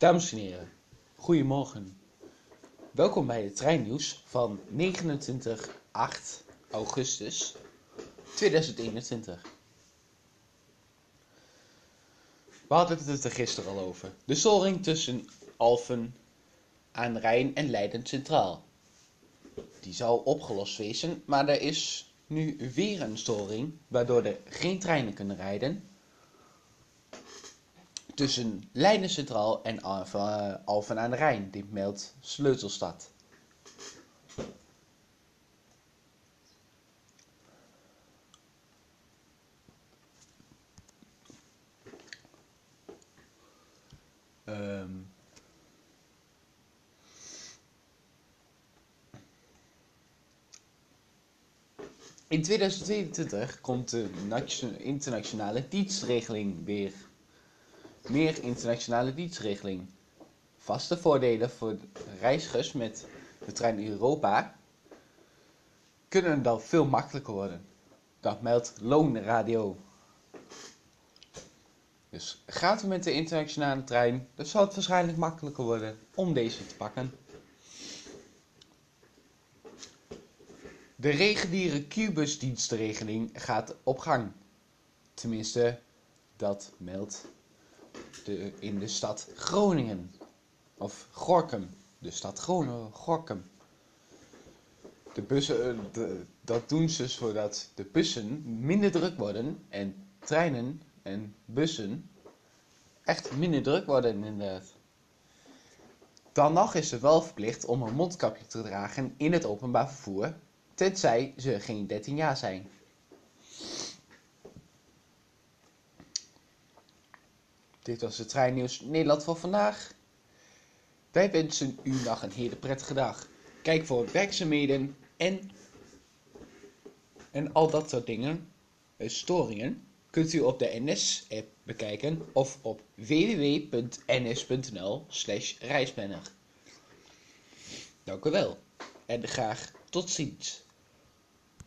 Dames en heren, goedemorgen. Welkom bij het treinnieuws van 29 augustus 2021. We hadden het er gisteren al over. De storing tussen Alphen aan Rijn en Leiden Centraal. Die zou opgelost wezen, maar er is nu weer een storing, waardoor er geen treinen kunnen rijden tussen Leiden Centraal en Alphen aan de Rijn. Dit meldt Sleutelstad. In 2022 komt de internationale dienstregeling weer. Meer internationale dienstregeling. Vaste voordelen voor reizigers met de trein Europa kunnen dan veel makkelijker worden. Dat meldt Loonradio. Dus gaat u met de internationale trein, dan zal het waarschijnlijk makkelijker worden om deze te pakken. De reguliere Qbus-dienstregeling gaat op gang. Tenminste, dat meldt in de stad Groningen. Of Gorinchem. De stad Gorinchem. De bussen, dat doen ze zodat de bussen minder druk worden en treinen en bussen echt minder druk worden inderdaad. Dan nog is het wel verplicht om een mondkapje te dragen in het openbaar vervoer, tenzij ze geen 13 jaar zijn. Dit was het treinnieuws Nederland van vandaag. Wij wensen u nog een hele prettige dag. Kijk voor werkzaamheden en al dat soort dingen, storingen, kunt u op de NS-app bekijken of op www.ns.nl/reisplanner. Dank u wel en graag tot ziens.